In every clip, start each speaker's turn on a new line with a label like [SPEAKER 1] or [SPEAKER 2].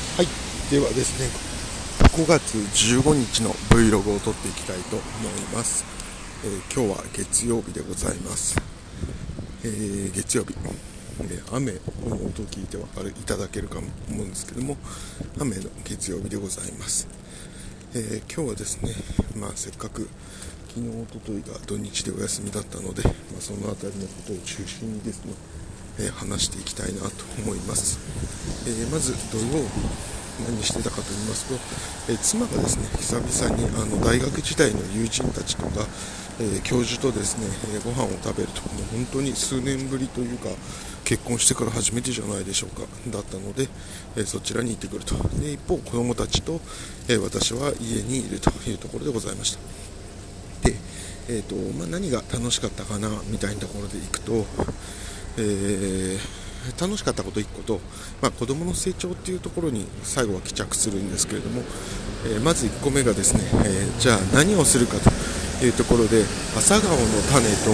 [SPEAKER 1] はい、ではですね、5月15日の Vlog を撮っていきたいと思います。今日は月曜日でございます。月曜日、雨の音を聞いていただけるかも思うんですけども、雨の月曜日でございます。今日はですね、せっかく昨日、おとといが土日でお休みだったので、そのあたりのことを中心にですね、話していきたいなと思います。まず土曜日何してたかと言いますと、妻がですね久々に大学時代の友人たちとか、教授とですね、ご飯を食べると、もう本当に数年ぶりというか結婚してから初めてじゃないでしょうかだったので、そちらに行ってくると。で一方子供たちと、私は家にいるというところでございました。で、何が楽しかったかなみたいなところでいくと、楽しかったこと1個と、子どもの成長っていうところに最後は帰着するんですけれども、まず1個目がですね、じゃあ何をするかというところで、朝顔の種と、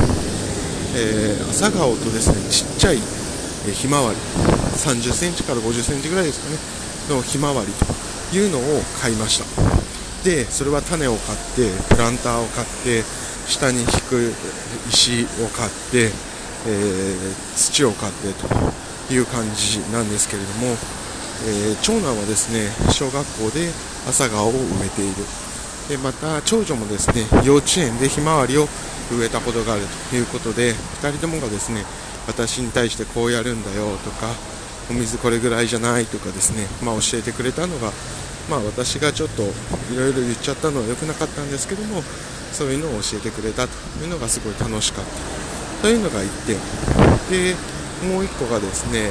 [SPEAKER 1] 朝顔とですねちっちゃいひまわり30センチから50センチぐらいですかねのひまわりというのを買いました。でそれは種を買ってプランターを買って下に引く石を買って土を買ってという感じなんですけれども、長男はですね小学校で朝顔を植えている。でまた長女もですね幼稚園でひまわりを植えたことがあるということで、2人ともがですね私に対してこうやるんだよとか、お水これぐらいじゃないとかですね、教えてくれたのが、私がちょっといろいろ言っちゃったのは良くなかったんですけども、そういうのを教えてくれたというのがすごい楽しかったというのが1点で、もう1個がですね、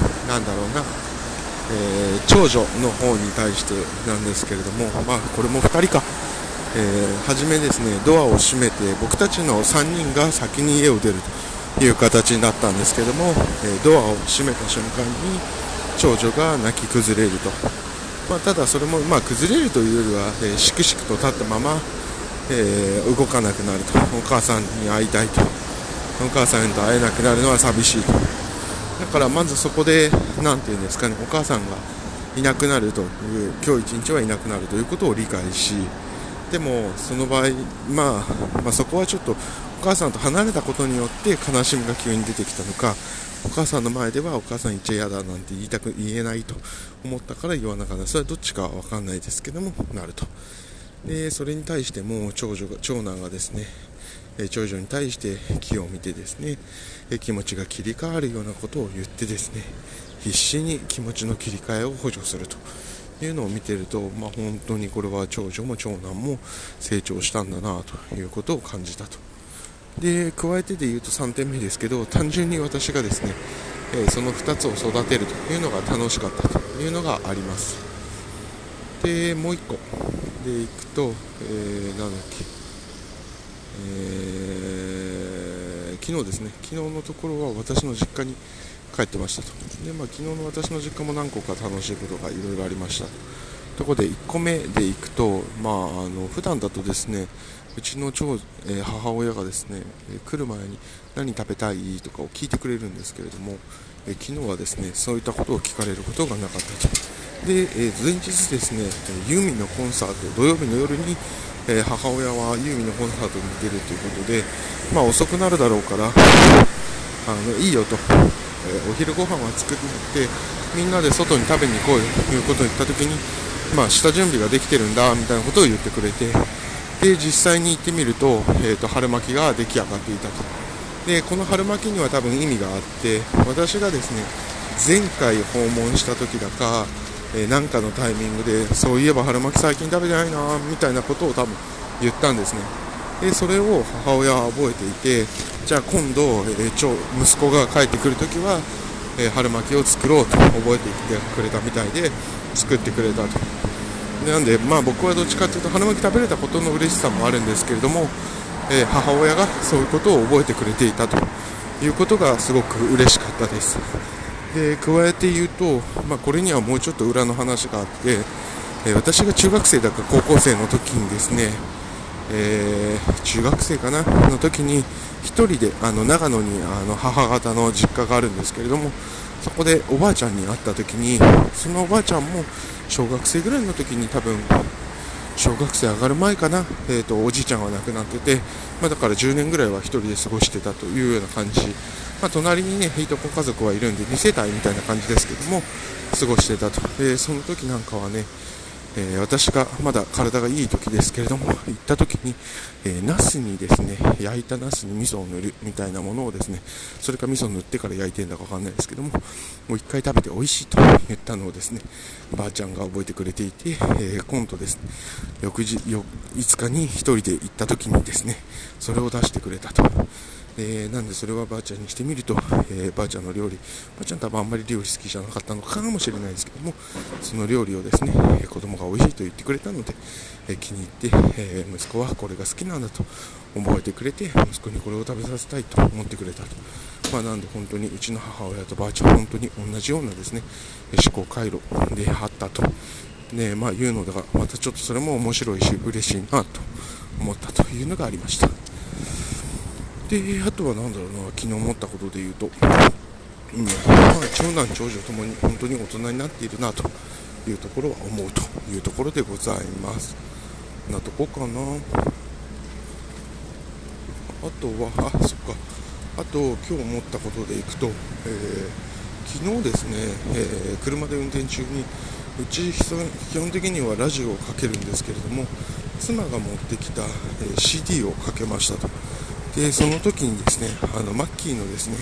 [SPEAKER 1] 長女の方に対してなんですけれども、これも2人か、初めですねドアを閉めて僕たちの3人が先に家を出るという形になったんですけれども、ドアを閉めた瞬間に長女が泣き崩れると。ただそれも崩れるというよりは、しくしくと立ったまま、動かなくなると。お母さんに会いたいと、お母さんと会えなくなるのは寂しいと。だからまずそこでお母さんがいなくなるという、今日一日はいなくなるということを理解し、でもその場合、そこはちょっとお母さんと離れたことによって悲しみが急に出てきたのか、お母さんの前ではお母さん言っちゃ嫌だなんて言えないと思ったから言わなかった。それはどっちかは分かんないですけどもなると。でそれに対しても長男がですね、長女に対して気を見てですね、気持ちが切り替わるようなことを言ってですね、必死に気持ちの切り替えを補助するというのを見ていると、本当にこれは長女も長男も成長したんだなということを感じたと。で加えてで言うと3点目ですけど、単純に私がですね、その2つを育てるというのが楽しかったというのがあります。でもう1個でいくと、昨日ですね、昨日のところは私の実家に帰ってましたと。で、昨日の私の実家も何個か楽しいことがいろいろありましたところで、1個目でいくと、普段だとですねうちの母親がですね来る前に何食べたいとかを聞いてくれるんですけれども、昨日はですねそういったことを聞かれることがなかったと。で、前日ですねユーミンのコンサート、土曜日の夜に、母親はユーミンのコンサートに出るということで、遅くなるだろうからいいよと、お昼ご飯は作ってみんなで外に食べに行こうよということを言った時に、下準備ができてるんだみたいなことを言ってくれて、で実際に行ってみると、春巻きが出来上がっていたと。でこの春巻きには多分意味があって、私がですね前回訪問した時だか、なんかのタイミングでそういえば春巻き最近食べてないなみたいなことを多分言ったんですね。でそれを母親は覚えていて、じゃあ今度、息子が帰ってくるときは、春巻きを作ろうと覚えていてくれたみたいで作ってくれたと。なんで僕はどっちかというと春巻き食べれたことの嬉しさもあるんですけれども、母親がそういうことを覚えてくれていたということがすごく嬉しかったです。で加えて言うと、これにはもうちょっと裏の話があって、私が中学生だか高校生の時にですね、中学生かなの時に一人で長野に母方の実家があるんですけれども、 そこでおばあちゃんに会った時に、そのおばあちゃんも小学生ぐらいの時に、多分小学生上がる前かな、おじいちゃんが亡くなってて、だから10年ぐらいは一人で過ごしてたというような感じ、隣にねいとこ家族はいるんで2世帯みたいな感じですけども過ごしてたと。その時なんかはね、私がまだ体がいい時ですけれども、行った時に、ナスにですね、焼いたナスに味噌を塗るみたいなものをですね、それか味噌を塗ってから焼いてるんだかわかんないですけども、もう一回食べて美味しいと言ったのをですね、ばあちゃんが覚えてくれていて、今度ですね、5日に一人で行った時にですね、それを出してくれたと。なんでそれはばあちゃんにしてみると、ばあちゃんの料理、ばあちゃん多分あんまり料理好きじゃなかったのかもしれないですけども、その料理をですね、子供が美味しいと言ってくれたので、気に入って、息子はこれが好きなんだと覚えてくれて、息子にこれを食べさせたいと思ってくれたと。なんで本当にうちの母親とばあちゃん本当に同じようなですね、思考回路であったと、言うのだが、またちょっとそれも面白いし嬉しいなと思ったというのがありました。で、あとは昨日思ったことで言うと、長男長女ともに本当に大人になっているなというところは思うというところでございます。なとこかな。あとはあと今日思ったことでいくと、昨日ですね、車で運転中にうち基本的にはラジオをかけるんですけれども、妻が持ってきた、CD をかけましたと。でその時にですね、マッキーのですね、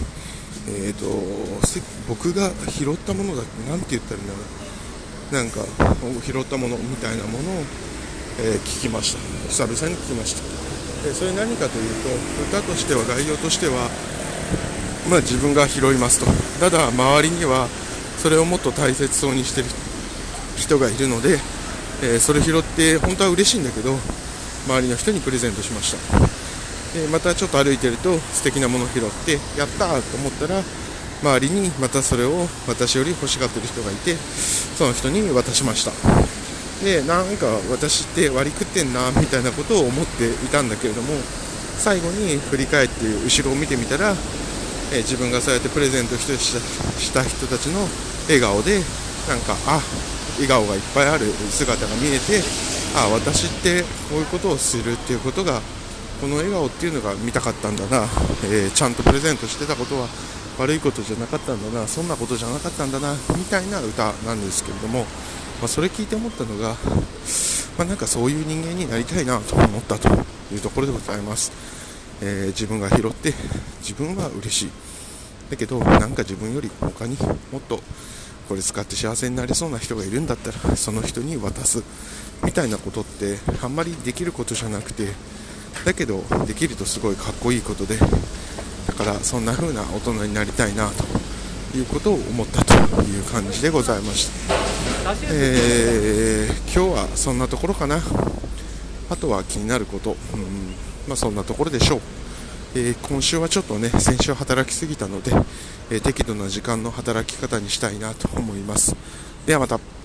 [SPEAKER 1] 僕が拾ったものだってなんて言ったらいいんだろう、なんか拾ったものみたいなものを、聞きました。久々に聞きました。それ何かというと、歌としては概要としては、自分が拾いますと。ただ周りにはそれをもっと大切そうにしてる人がいるので、それ拾って本当は嬉しいんだけど周りの人にプレゼントしました。またちょっと歩いてると素敵なものを拾ってやったーと思ったら、周りにまたそれを私より欲しがってる人がいて、その人に渡しました。でなんか私って割り食ってんなみたいなことを思っていたんだけれども、最後に振り返って後ろを見てみたら、自分がそうやってプレゼントした人たちの笑顔で、なんか笑顔がいっぱいある姿が見えて、私ってこういうことをするっていうことが、この笑顔っていうのが見たかったんだな、ちゃんとプレゼントしてたことは悪いことじゃなかったんだな、そんなことじゃなかったんだなみたいな歌なんですけれども、それ聞いて思ったのが、なんかそういう人間になりたいなと思ったというところでございます。自分が拾って自分は嬉しいだけど、なんか自分より他にもっとこれ使って幸せになりそうな人がいるんだったら、その人に渡すみたいなことってあんまりできることじゃなくて、だけどできるとすごいかっこいいことで、だからそんな風な大人になりたいなということを思ったという感じでございました。今日はそんなところかな。あとは気になること、そんなところでしょう。今週はちょっとね、先週働きすぎたので、適度な時間の働き方にしたいなと思います。ではまた。